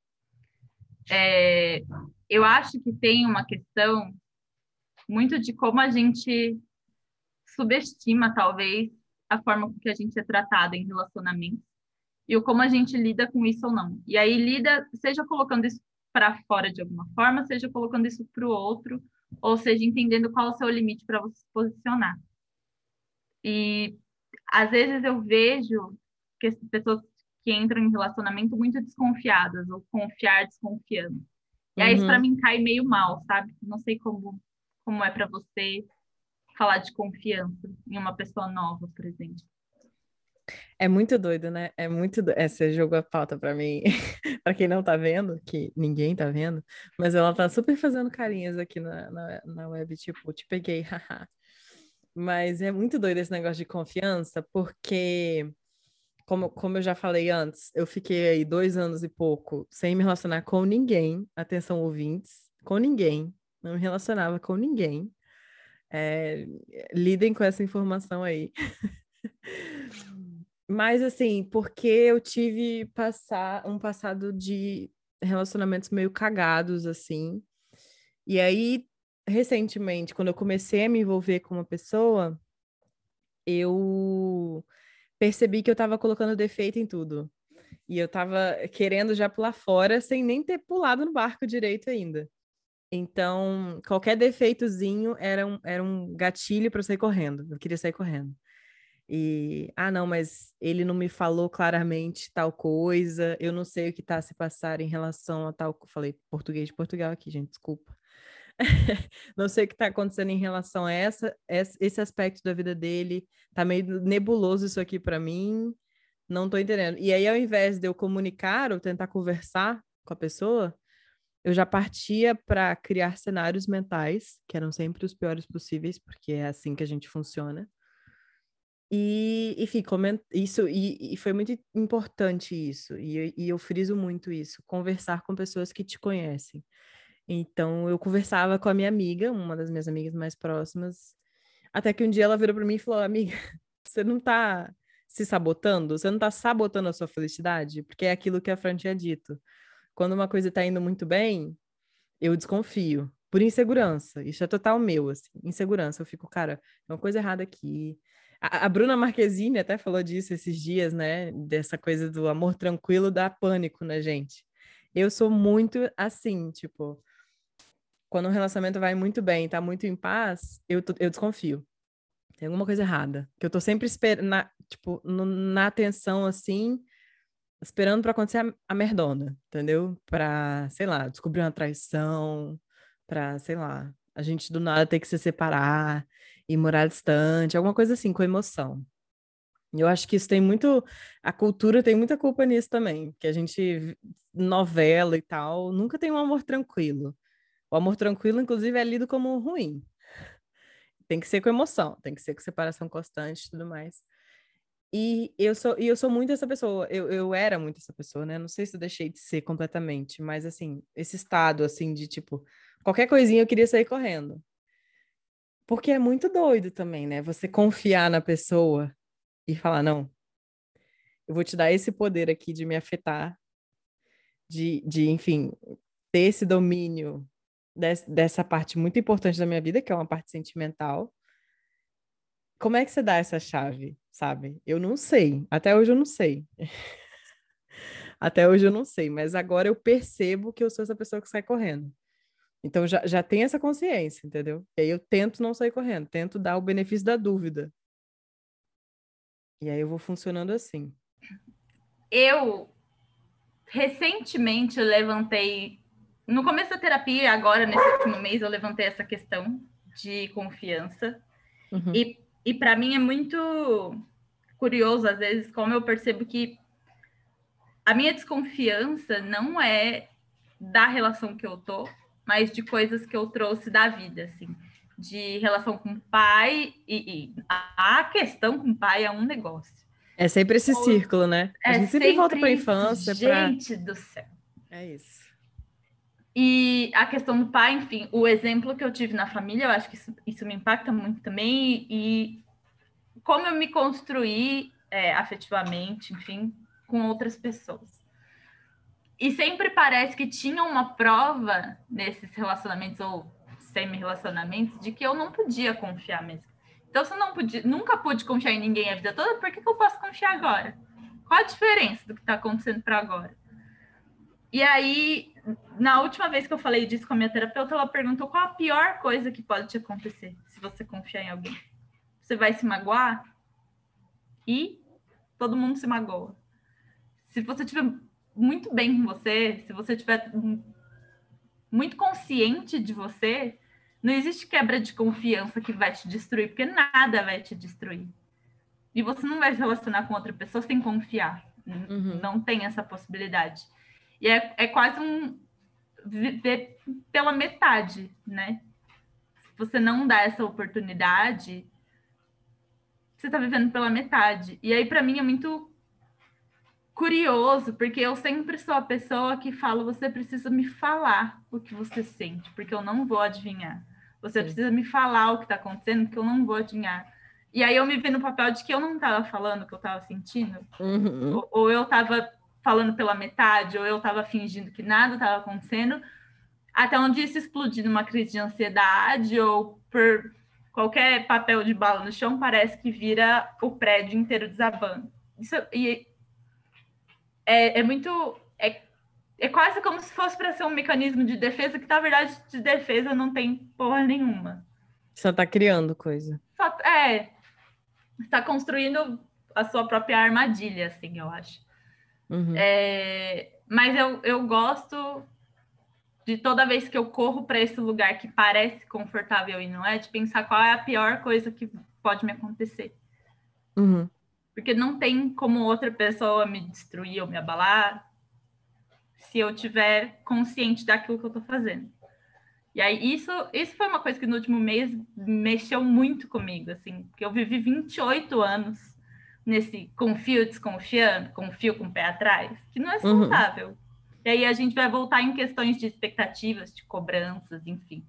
Eu acho que tem uma questão muito de como a gente subestima, talvez, a forma com que a gente é tratado em relacionamentos e o como a gente lida com isso ou não. E aí lida, seja colocando isso para fora de alguma forma, seja colocando isso para o outro, ou seja, entendendo qual é o seu limite para você se posicionar. E às vezes eu vejo que as pessoas que entram em relacionamento muito desconfiadas, ou confiar desconfiando. E aí isso para mim cai meio mal, sabe? Não sei como é para você falar de confiança em uma pessoa nova, por exemplo. É muito doido, né? É muito doido. Você jogou a pauta pra mim, pra quem não tá vendo, que ninguém tá vendo, mas ela tá super fazendo carinhas aqui na web, tipo, te peguei, haha. Mas é muito doido esse negócio de confiança, porque, como eu já falei antes, eu fiquei aí 2 anos e pouco sem me relacionar com ninguém, atenção ouvintes, com ninguém, não me relacionava com ninguém. É, lidem com essa informação aí. Mas assim, porque eu tive um passado de relacionamentos meio cagados, assim. E aí, recentemente, quando eu comecei a me envolver com uma pessoa, eu percebi que eu tava colocando defeito em tudo. E eu tava querendo já pular fora sem nem ter pulado no barco direito ainda. Então, qualquer defeitozinho era um gatilho para eu sair correndo. Eu queria sair correndo. E, não, mas ele não me falou claramente tal coisa, eu não sei o que está a se passar em relação a tal. Falei português de Portugal aqui, gente, desculpa. Não sei o que está acontecendo em relação a esse aspecto da vida dele. Tá meio nebuloso isso aqui para mim, não estou entendendo. E aí, ao invés de eu comunicar ou tentar conversar com a pessoa, eu já partia para criar cenários mentais, que eram sempre os piores possíveis, porque é assim que a gente funciona. E, enfim, isso, e foi muito importante isso, e eu friso muito isso, conversar com pessoas que te conhecem. Então, eu conversava com a minha amiga, uma das minhas amigas mais próximas, até que um dia ela virou para mim e falou: Amiga, você não tá se sabotando? Você não tá sabotando a sua felicidade? Porque é aquilo que a Fran tinha dito. Quando uma coisa tá indo muito bem, eu desconfio, por insegurança. Isso é total meu, assim, insegurança. Eu fico, cara, tem uma coisa errada aqui. A Bruna Marquezine até falou disso esses dias, né? Dessa coisa do amor tranquilo dá pânico na gente. Eu sou muito assim, tipo, quando um relacionamento vai muito bem, tá muito em paz, eu desconfio. Tem alguma coisa errada. Que eu tô sempre esperando, tipo, na atenção, assim, esperando pra acontecer a merdona, entendeu? Pra, sei lá, descobrir uma traição, pra, sei lá, a gente do nada ter que se separar e morar distante, alguma coisa assim, com emoção. E eu acho que isso tem muito, a cultura tem muita culpa nisso também, que a gente, novela e tal, nunca tem um amor tranquilo. O amor tranquilo, inclusive, é lido como ruim. Tem que ser com emoção, tem que ser com separação constante e tudo mais. E eu sou muito essa pessoa. Eu era muito essa pessoa, né? Não sei se eu deixei de ser completamente, mas assim, esse estado assim de tipo, qualquer coisinha eu queria sair correndo. Porque é muito doido também, né? Você confiar na pessoa e falar, não, eu vou te dar esse poder aqui de me afetar, enfim, ter esse domínio dessa parte muito importante da minha vida, que é uma parte sentimental. Como é que você dá essa chave, sabe? Eu não sei. Até hoje eu não sei. Até hoje eu não sei, mas agora eu percebo que eu sou essa pessoa que sai correndo. Então já tem essa consciência, entendeu? E aí eu tento não sair correndo, tento dar o benefício da dúvida. E aí eu vou funcionando assim. Eu, recentemente, eu levantei... No começo da terapia, agora, nesse último mês, eu levantei essa questão de confiança. Uhum. E para mim é muito curioso, às vezes, como eu percebo que a minha desconfiança não é da relação que eu tô, mas de coisas que eu trouxe da vida, assim, de relação com o pai, e a questão com o pai é um negócio. É sempre esse círculo, né? A É gente sempre volta para a sempre, infância para. gente do céu. É isso. E a questão do pai, enfim, o exemplo que eu tive na família, eu acho que isso me impacta muito também, e como eu me construí afetivamente, enfim, com outras pessoas. E sempre parece que tinha uma prova nesses relacionamentos ou semi-relacionamentos de que eu não podia confiar mesmo. Então, se eu não podia, nunca pude confiar em ninguém a vida toda, por que eu posso confiar agora? Qual a diferença do que está acontecendo para agora? E aí, na última vez que eu falei disso com a minha terapeuta, ela perguntou qual a pior coisa que pode te acontecer se você confiar em alguém. Você vai se magoar? E todo mundo se magoa. Se você estiver muito bem com você, se você estiver muito consciente de você, não existe quebra de confiança que vai te destruir, porque nada vai te destruir. E você não vai se relacionar com outra pessoa sem confiar. Uhum. Não tem essa possibilidade. E é quase um viver pela metade, né? Se você não dá essa oportunidade, você está vivendo pela metade. E aí, para mim, é muito curioso, porque eu sempre sou a pessoa que fala: você precisa me falar o que você sente, porque eu não vou adivinhar. Você Sim. precisa me falar o que está acontecendo, porque eu não vou adivinhar. E aí eu me vi no papel de que eu não estava falando o que eu estava sentindo, Uhum. ou eu estava falando pela metade, ou eu estava fingindo que nada estava acontecendo, até um dia isso explodir numa crise de ansiedade, ou por qualquer papel de bala no chão, parece que vira o prédio inteiro desabando. Isso, e é muito. É quase como se fosse para ser um mecanismo de defesa, que na verdade de defesa não tem porra nenhuma. Você tá criando coisa. Só, está construindo a sua própria armadilha, assim, eu acho. Uhum. Mas eu gosto de toda vez que eu corro para esse lugar que parece confortável e não é, de pensar qual é a pior coisa que pode me acontecer. Uhum. Porque não tem como outra pessoa me destruir ou me abalar se eu tiver consciente daquilo que eu estou fazendo. E aí, isso foi uma coisa que no último mês mexeu muito comigo, assim, porque eu vivi 28 anos nesse confio desconfiando, confio com o pé atrás, que não é Uhum. saudável. E aí a gente vai voltar em questões de expectativas, de cobranças, enfim.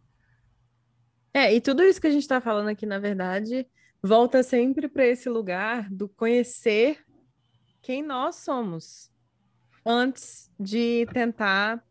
E tudo isso que a gente está falando aqui, na verdade, volta sempre para esse lugar do conhecer quem nós somos, antes de tentar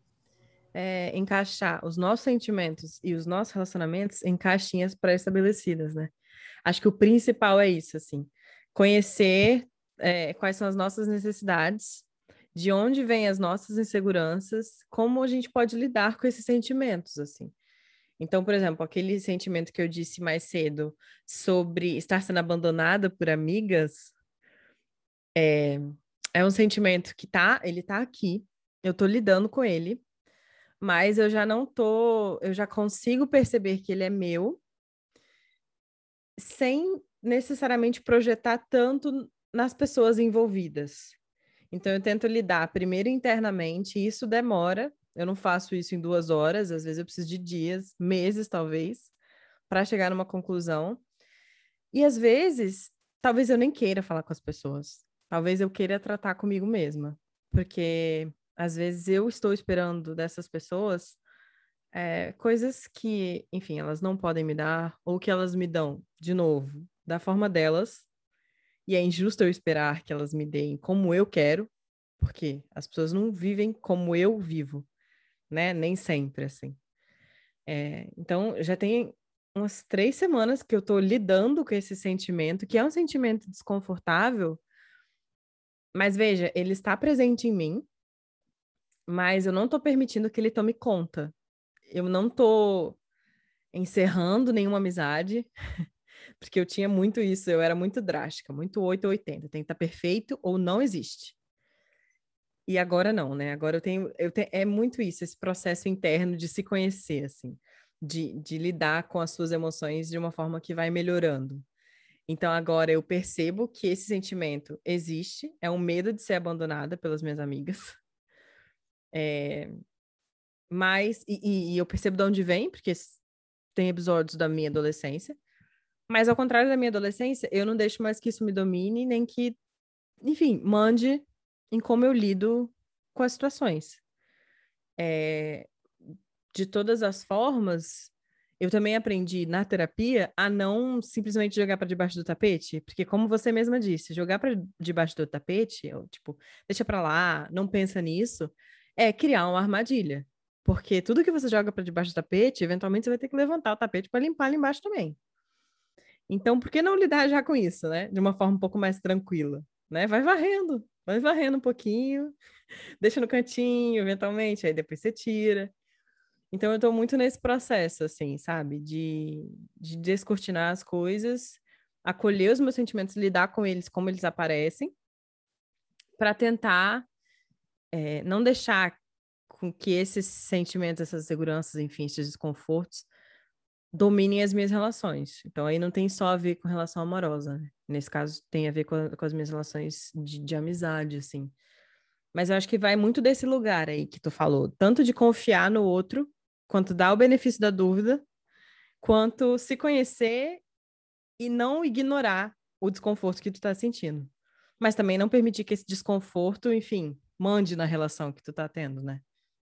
encaixar os nossos sentimentos e os nossos relacionamentos em caixinhas pré-estabelecidas, né? Acho que o principal é isso, assim, conhecer quais são as nossas necessidades, de onde vêm as nossas inseguranças, como a gente pode lidar com esses sentimentos, assim. Então, por exemplo, aquele sentimento que eu disse mais cedo sobre estar sendo abandonada por amigas, é um sentimento que ele tá aqui, eu tô lidando com ele, mas eu já não tô, eu já consigo perceber que ele é meu, sem necessariamente projetar tanto nas pessoas envolvidas. Então, eu tento lidar primeiro internamente, e isso demora. Eu não faço isso em 2 horas, às vezes eu preciso de dias, meses, talvez, para chegar numa conclusão. E às vezes, talvez eu nem queira falar com as pessoas. Talvez eu queira tratar comigo mesma. Porque às vezes eu estou esperando dessas pessoas coisas que, enfim, elas não podem me dar, ou que elas me dão, de novo, da forma delas. E é injusto eu esperar que elas me deem como eu quero, porque as pessoas não vivem como eu vivo, né? Nem sempre, assim. Então, já tem umas 3 semanas que eu tô lidando com esse sentimento, que é um sentimento desconfortável, mas veja, ele está presente em mim, mas eu não tô permitindo que ele tome conta. Eu não tô encerrando nenhuma amizade, porque eu tinha muito isso, eu era muito drástica, muito 8 ou 80, tem que estar perfeito ou não existe. E agora não, né? Agora é muito isso, esse processo interno de se conhecer, assim, de lidar com as suas emoções de uma forma que vai melhorando. Então agora eu percebo que esse sentimento existe, é um medo de ser abandonada pelas minhas amigas. Mas, e eu percebo de onde vem, porque tem episódios da minha adolescência, mas ao contrário da minha adolescência, eu não deixo mais que isso me domine, nem que, enfim, mande em como eu lido com as situações. De todas as formas, eu também aprendi na terapia a não simplesmente jogar para debaixo do tapete, porque como você mesma disse, jogar para debaixo do tapete, tipo, deixa para lá, não pensa nisso, é criar uma armadilha. Porque tudo que você joga para debaixo do tapete, eventualmente você vai ter que levantar o tapete para limpar ali embaixo também. Então, por que não lidar já com isso, né? De uma forma um pouco mais tranquila, né? Vai varrendo um pouquinho, deixa no cantinho, eventualmente, aí depois você tira. Então, eu tô muito nesse processo, assim, sabe? De descortinar as coisas, acolher os meus sentimentos, lidar com eles como eles aparecem, para tentar não deixar com que esses sentimentos, essas seguranças, enfim, esses desconfortos, dominem as minhas relações. Então, aí não tem só a ver com relação amorosa, né? Nesse caso, tem a ver com as minhas relações de amizade, assim. Mas eu acho que vai muito desse lugar aí que tu falou, tanto de confiar no outro, quanto dar o benefício da dúvida, quanto se conhecer e não ignorar o desconforto que tu tá sentindo. Mas também não permitir que esse desconforto, enfim, mande na relação que tu tá tendo, né?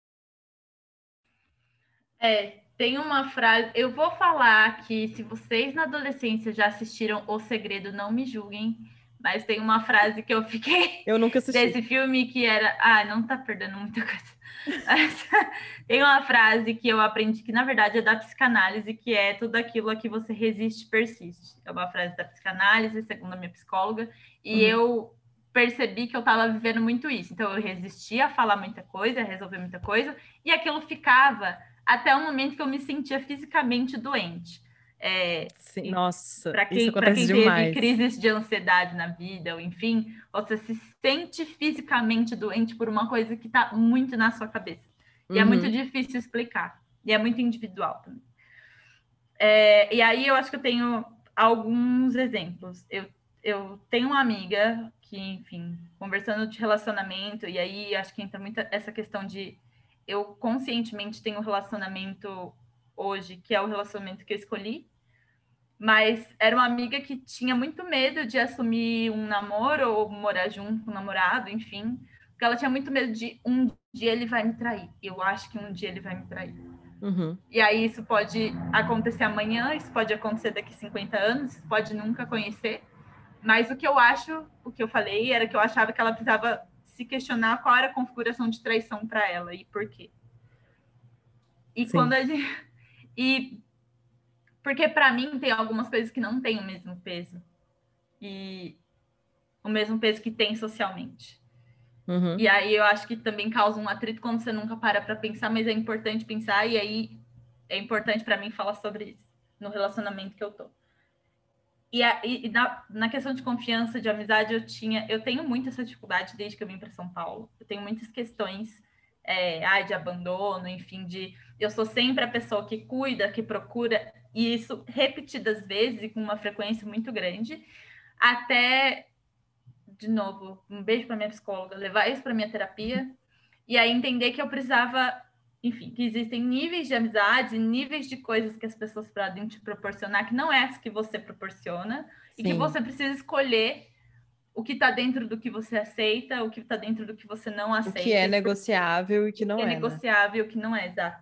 Tem uma frase. Eu vou falar que se vocês na adolescência já assistiram O Segredo, não me julguem. Mas tem uma frase que eu fiquei Eu nunca assisti. desse filme que era. Ah, não tá perdendo muita coisa. Mas, tem uma frase que eu aprendi que, na verdade, é da psicanálise, que é tudo aquilo a que você resiste, persiste. É uma frase da psicanálise, segundo a minha psicóloga, e Uhum. eu percebi que eu estava vivendo muito isso. Então, eu resistia a falar muita coisa, a resolver muita coisa, e aquilo ficava até o momento que eu me sentia fisicamente doente. Sim, nossa, Para isso acontece quem teve demais. crises de ansiedade na vida, ou enfim, você se sente fisicamente doente por uma coisa que está muito na sua cabeça. E é muito Uhum. difícil explicar. E é muito individual também. E aí eu acho que eu tenho alguns exemplos. Eu tenho uma amiga que, enfim, conversando de relacionamento, e aí acho que entra muito essa questão de eu conscientemente tenho um relacionamento hoje, que é o relacionamento que eu escolhi, mas era uma amiga que tinha muito medo de assumir um namoro ou morar junto com um namorado, enfim, porque ela tinha muito medo de um dia ele vai me trair. Eu acho que um dia ele vai me trair. Uhum. E aí isso pode acontecer amanhã, isso pode acontecer daqui 50 anos, pode nunca conhecer. Mas o que eu acho, o que eu falei, era que eu achava que ela precisava se questionar qual era a configuração de traição para ela e por quê. E quando Sim. a gente. E Porque para mim tem algumas coisas que não têm o mesmo peso. E o mesmo peso que tem socialmente. Uhum. E aí eu acho que também causa um atrito quando você nunca para pensar, mas é importante pensar, e aí é importante para mim falar sobre isso no relacionamento que eu tô. E na questão de confiança, de amizade, eu tenho muito essa dificuldade desde que eu vim para São Paulo. Eu tenho muitas questões de abandono, enfim, eu sou sempre a pessoa que cuida, que procura, e isso repetidas vezes e com uma frequência muito grande, até, de novo, um beijo para minha psicóloga, levar isso para minha terapia, e aí entender que eu precisava, enfim, que existem níveis de amizades e níveis de coisas que as pessoas podem te proporcionar, que não é essa que você proporciona, e que Sim. você precisa escolher o que está dentro do que você aceita, o que está dentro do que você não O que é aceita, negociável e o que o que não é é, né? negociável e o que não é, exato.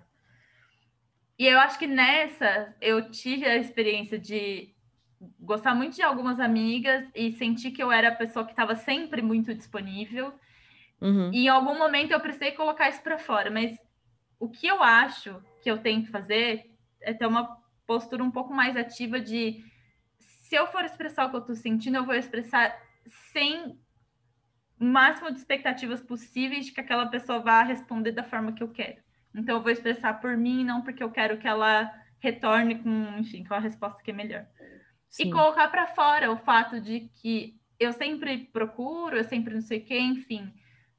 E eu acho que nessa eu tive a experiência de gostar muito de algumas amigas e sentir que eu era a pessoa que estava sempre muito disponível. Uhum. E em algum momento eu precisei colocar isso para fora, mas o que eu acho que eu tenho que fazer é ter uma postura um pouco mais ativa de se eu for expressar o que eu estou sentindo, eu vou expressar sem o máximo de expectativas possíveis de que aquela pessoa vá responder da forma que eu quero. Então eu vou expressar por mim, não porque eu quero que ela retorne com, enfim, com a resposta que é melhor. E Sim. colocar para fora o fato de que eu sempre procuro, eu sempre não sei o quê, enfim.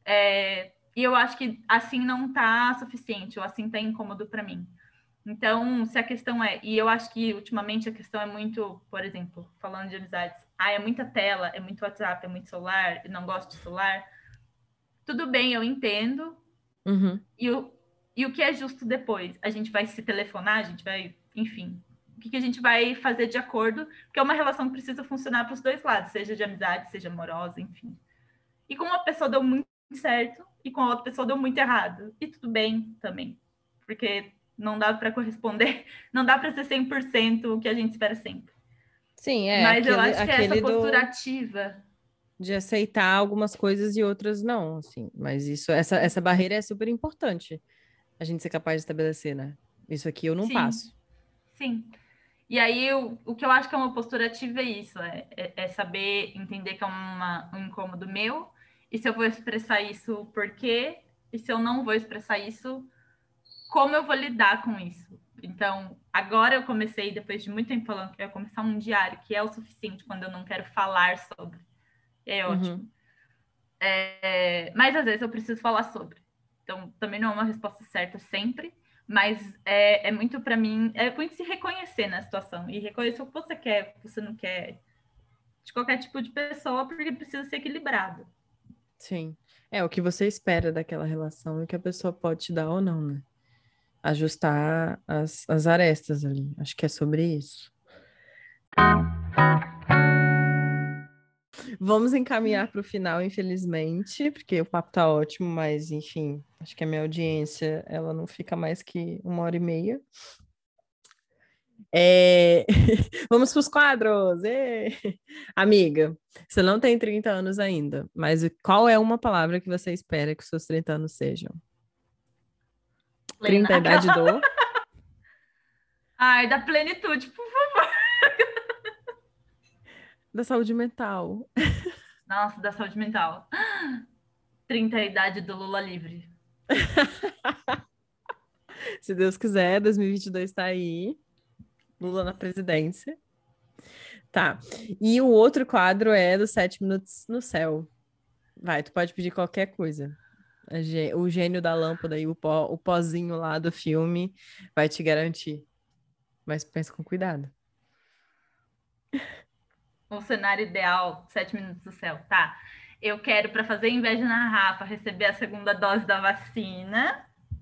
E eu acho que assim não está suficiente, ou assim está incômodo para mim. Então, se a questão e eu acho que ultimamente a questão é muito, por exemplo, falando de amizades, é muita tela, é muito WhatsApp, é muito celular, eu não gosto de celular. Tudo bem, eu entendo. Uhum. E o que é justo depois? A gente vai se telefonar, a gente vai, enfim, o que a gente vai fazer de acordo? Porque é uma relação que precisa funcionar para os dois lados, seja de amizade, seja amorosa, enfim. E com uma pessoa deu muito certo e com a outra pessoa deu muito errado. E tudo bem também. Porque não dá para corresponder, não dá para ser 100% o que a gente espera sempre. Sim, é Mas eu aquele, acho que é essa aquele postura do ativa. de aceitar algumas coisas e outras não, assim. Mas essa barreira é super importante a gente ser capaz de estabelecer, né? Isso aqui eu não Sim, passo. sim. E aí, o que eu acho que é uma postura ativa é isso, é saber entender que é um incômodo meu, e se eu vou expressar isso, por quê? E se eu não vou expressar isso, como eu vou lidar com isso? Então, agora eu comecei, depois de muito tempo falando que eu ia começar um diário, que é o suficiente quando eu não quero falar sobre. É ótimo. Uhum. Mas às vezes eu preciso falar sobre. Então, também não é uma resposta certa sempre, mas é muito para mim, é muito se reconhecer na situação e reconhecer o que você quer, o que você não quer, de qualquer tipo de pessoa, porque precisa ser equilibrado. Sim. É o que você espera daquela relação e o que a pessoa pode te dar ou não, né? Ajustar as arestas ali. Acho que é sobre isso. Vamos encaminhar para o final, infelizmente, porque o papo tá ótimo, mas enfim, acho que a minha audiência ela não fica mais que 1 hora e meia. É... Vamos para os quadros! Ê! Amiga, você não tem 30 anos ainda, mas qual é uma palavra que você espera que os seus 30 anos sejam? Plena. 30 a idade Aquela. do? Ai, da plenitude, por favor. Da saúde mental. Nossa, da saúde mental. 30 a idade do Lula livre. Se Deus quiser, 2022 está aí. Lula na presidência. Tá. E o outro quadro é dos 7 minutos no céu. Vai, tu pode pedir qualquer coisa. O gênio da lâmpada e o pozinho lá do filme vai te garantir. Mas pensa com cuidado. O cenário ideal, 7 minutos do céu, tá? Eu quero, para fazer inveja na Rafa, receber a segunda dose da vacina.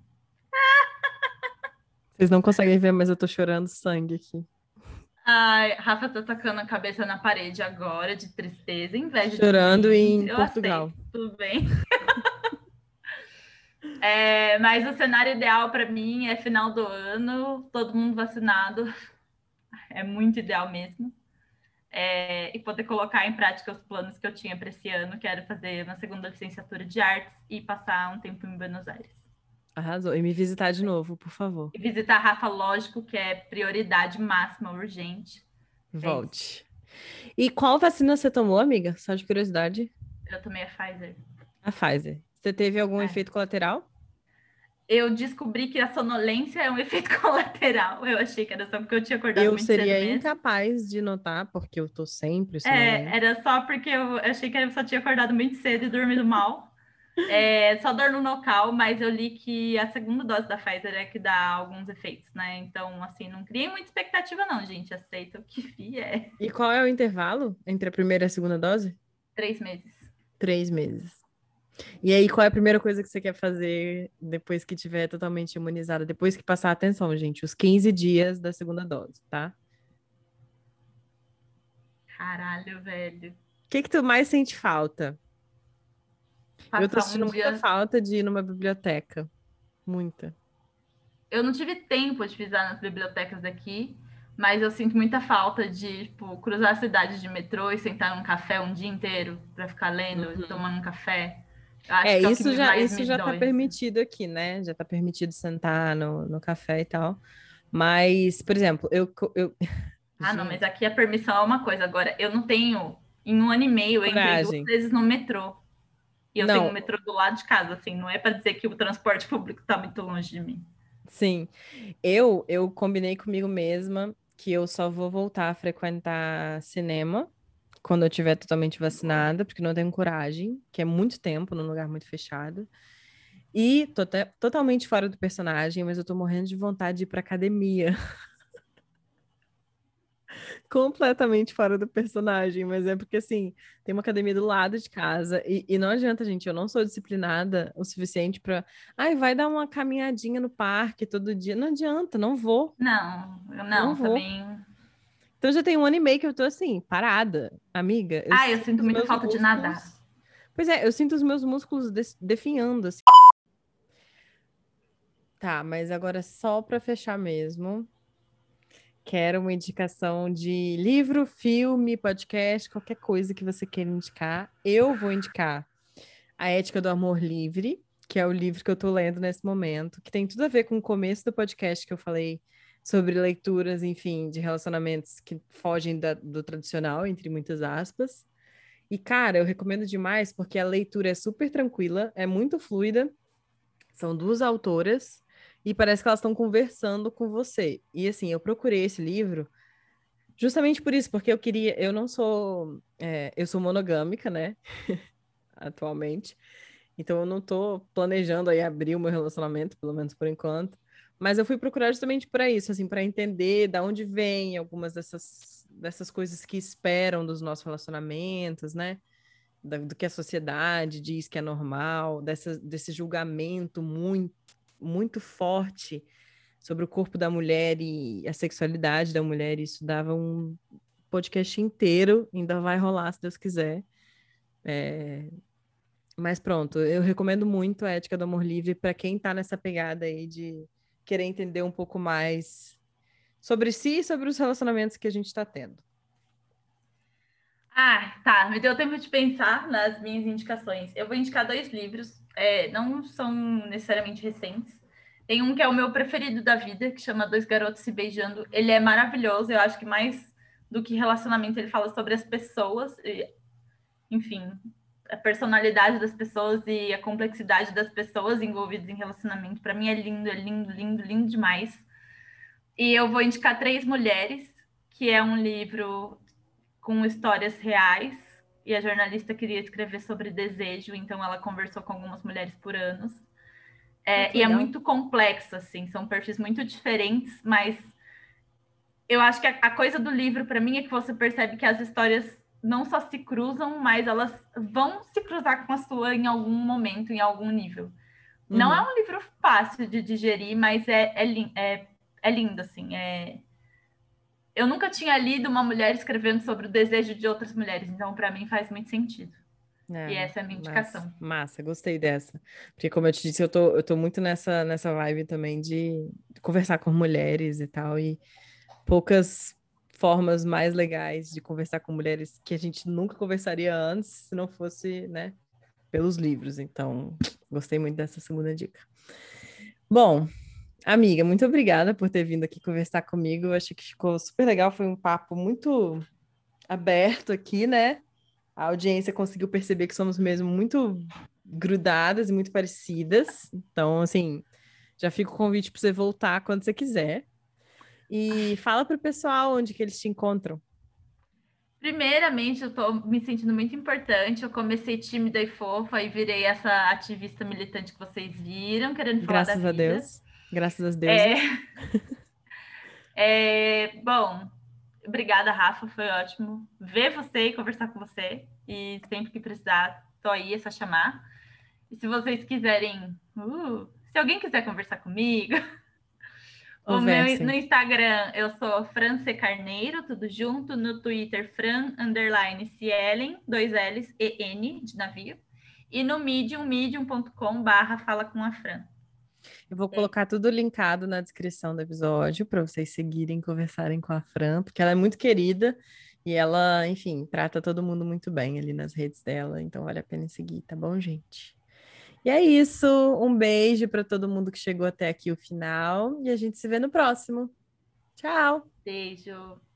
Vocês não conseguem ver, mas eu tô chorando sangue aqui. Ai, Rafa tá tacando a cabeça na parede agora, de tristeza, inveja de Chorando mim. em Eu aceito, Portugal. tudo bem. Mas o cenário ideal para mim é final do ano, todo mundo vacinado. É muito ideal mesmo. E poder colocar em prática os planos que eu tinha para esse ano, que era fazer uma segunda licenciatura de artes e passar um tempo em Buenos Aires. Arrasou. E me visitar de novo, por favor. E visitar a Rafa, lógico, que é prioridade máxima, urgente. É isso. Volte. E qual vacina você tomou, amiga? Só de curiosidade. Eu tomei a Pfizer. A Pfizer. Você teve algum É. efeito colateral? Eu descobri que a sonolência é um efeito colateral. Eu achei que era só porque eu tinha acordado Eu muito cedo seria mesmo. incapaz de notar, porque eu tô sempre É, sonolenta. era só porque eu achei que eu só tinha acordado muito cedo e dormido mal. Só dor no local, mas eu li que a segunda dose da Pfizer é que dá alguns efeitos, né? Então, assim, não criei muita expectativa, não, gente. Aceita o que vi, é E qual é o intervalo entre a primeira e a segunda dose? 3 meses. 3 meses. E aí, qual é a primeira coisa que você quer fazer depois que tiver totalmente imunizada? Depois que passar, atenção, gente, os 15 dias da segunda dose, tá? Caralho, velho. O que que tu mais sente falta? Eu tô Passar um sentindo muita dia. falta de ir numa biblioteca. Muita. Eu não tive tempo de pisar nas bibliotecas daqui, mas eu sinto muita falta de, tipo, cruzar a cidade de metrô e sentar num café um dia inteiro pra ficar lendo, Uhum. tomando um café. Eu acho É, que é o que isso já, mais isso me já tá dói, assim. permitido aqui, né? Já tá permitido sentar no café e tal. Mas, por exemplo, Ah, não, mas Gente, aqui a permissão é uma coisa. Agora, eu não tenho. Em um ano e meio, eu entrei 2 coragem. vezes no metrô. E eu tenho um Não, metrô do lado de casa, assim. Não é para dizer que o transporte público tá muito longe de mim. sim. Eu combinei comigo mesma que eu só vou voltar a frequentar cinema quando eu estiver totalmente vacinada, porque não tenho coragem, que é muito tempo num lugar muito fechado. E tô até totalmente fora do personagem, mas eu tô morrendo de vontade de ir pra academia. Completamente fora do personagem, mas é porque assim, tem uma academia do lado de casa e não adianta, gente, eu não sou disciplinada o suficiente pra. Ai, vai dar uma caminhadinha no parque todo dia. Não adianta, não vou, Não, eu não não, vou. também. Então já tem um ano e meio que eu tô assim, parada. Amiga, eu Ah, eu sinto sinto os muita meus falta de nadar. músculos. Pois é, eu sinto os meus músculos definhando, assim. Tá, mas agora só pra fechar mesmo. Quero uma indicação de livro, filme, podcast, qualquer coisa que você queira indicar. Eu vou indicar A Ética do Amor Livre, que é o livro que eu tô lendo nesse momento, que tem tudo a ver com o começo do podcast que eu falei sobre leituras, enfim, de relacionamentos que fogem do tradicional, entre muitas aspas. E, cara, eu recomendo demais porque a leitura é super tranquila, é muito fluida, são duas autoras e parece que elas estão conversando com você. E, assim, eu procurei esse livro. Justamente por isso, porque eu não sou, eu sou monogâmica, né, atualmente, então eu não tô planejando aí abrir o meu relacionamento, pelo menos por enquanto, mas eu fui procurar justamente para isso, assim, para entender da onde vem algumas dessas coisas que esperam dos nossos relacionamentos, né, do que a sociedade diz que é normal, desse julgamento muito forte sobre o corpo da mulher e a sexualidade da mulher, isso dava um podcast inteiro, ainda vai rolar, se Deus quiser. Mas pronto, eu recomendo muito a Ética do Amor Livre para quem tá nessa pegada aí de querer entender um pouco mais sobre si e sobre os relacionamentos que a gente está tendo. Ah, tá. Me deu tempo de pensar nas minhas indicações. Eu vou indicar 2 livros, não são necessariamente recentes. Tem um que é o meu preferido da vida, que chama Dois Garotos Se Beijando. Ele é maravilhoso, eu acho que mais do que relacionamento, ele fala sobre as pessoas, enfim, a personalidade das pessoas e a complexidade das pessoas envolvidas em relacionamento. Para mim é lindo, lindo, lindo demais. E eu vou indicar Três Mulheres, que é um livro com histórias reais. E a jornalista queria escrever sobre desejo, então ela conversou com algumas mulheres por anos. Ah, que E é legal. muito complexo, assim, são perfis muito diferentes, mas eu acho que a coisa do livro, para mim, é que você percebe que as histórias não só se cruzam, mas elas vão se cruzar com a sua em algum momento, em algum nível. Não é Uhum. um livro fácil de digerir, mas é lindo, assim. Eu nunca tinha lido uma mulher escrevendo sobre o desejo de outras mulheres, então para mim faz muito sentido. E É, essa é a minha massa, indicação. massa, gostei dessa. Porque, como eu te disse, eu tô muito nessa vibe também de conversar com mulheres e tal, e poucas formas mais legais de conversar com mulheres que a gente nunca conversaria antes se não fosse, né, pelos livros. Então, gostei muito dessa segunda dica. Bom, amiga, muito obrigada por ter vindo aqui conversar comigo. Eu achei que ficou super legal. Foi um papo muito aberto aqui, né? A audiência conseguiu perceber que somos mesmo muito grudadas e muito parecidas. Então, assim, já fica o convite para você voltar quando você quiser. E fala para o pessoal onde que eles te encontram. Primeiramente, eu tô me sentindo muito importante. Eu comecei tímida e fofa e virei essa ativista militante que vocês viram, querendo falar da Graças a vida. Deus. Graças às É, deusas. bom, obrigada, Rafa. Foi ótimo ver você e conversar com você. E sempre que precisar, tô aí, é só chamar. E se vocês quiserem, se alguém quiser conversar comigo, no Conversem. Instagram eu sou Fran C. Carneiro, tudo junto. No Twitter, Fran_Cielen, dois L's e N de navio. E no Medium, medium.com/barra fala com a Fran. Eu vou É isso. colocar tudo linkado na descrição do episódio para vocês seguirem, conversarem com a Fran, porque ela é muito querida e ela, enfim, trata todo mundo muito bem ali nas redes dela, então vale a pena seguir, tá bom, gente? E é isso. Um beijo para todo mundo que chegou até aqui o final e a gente se vê no próximo. Tchau! Beijo.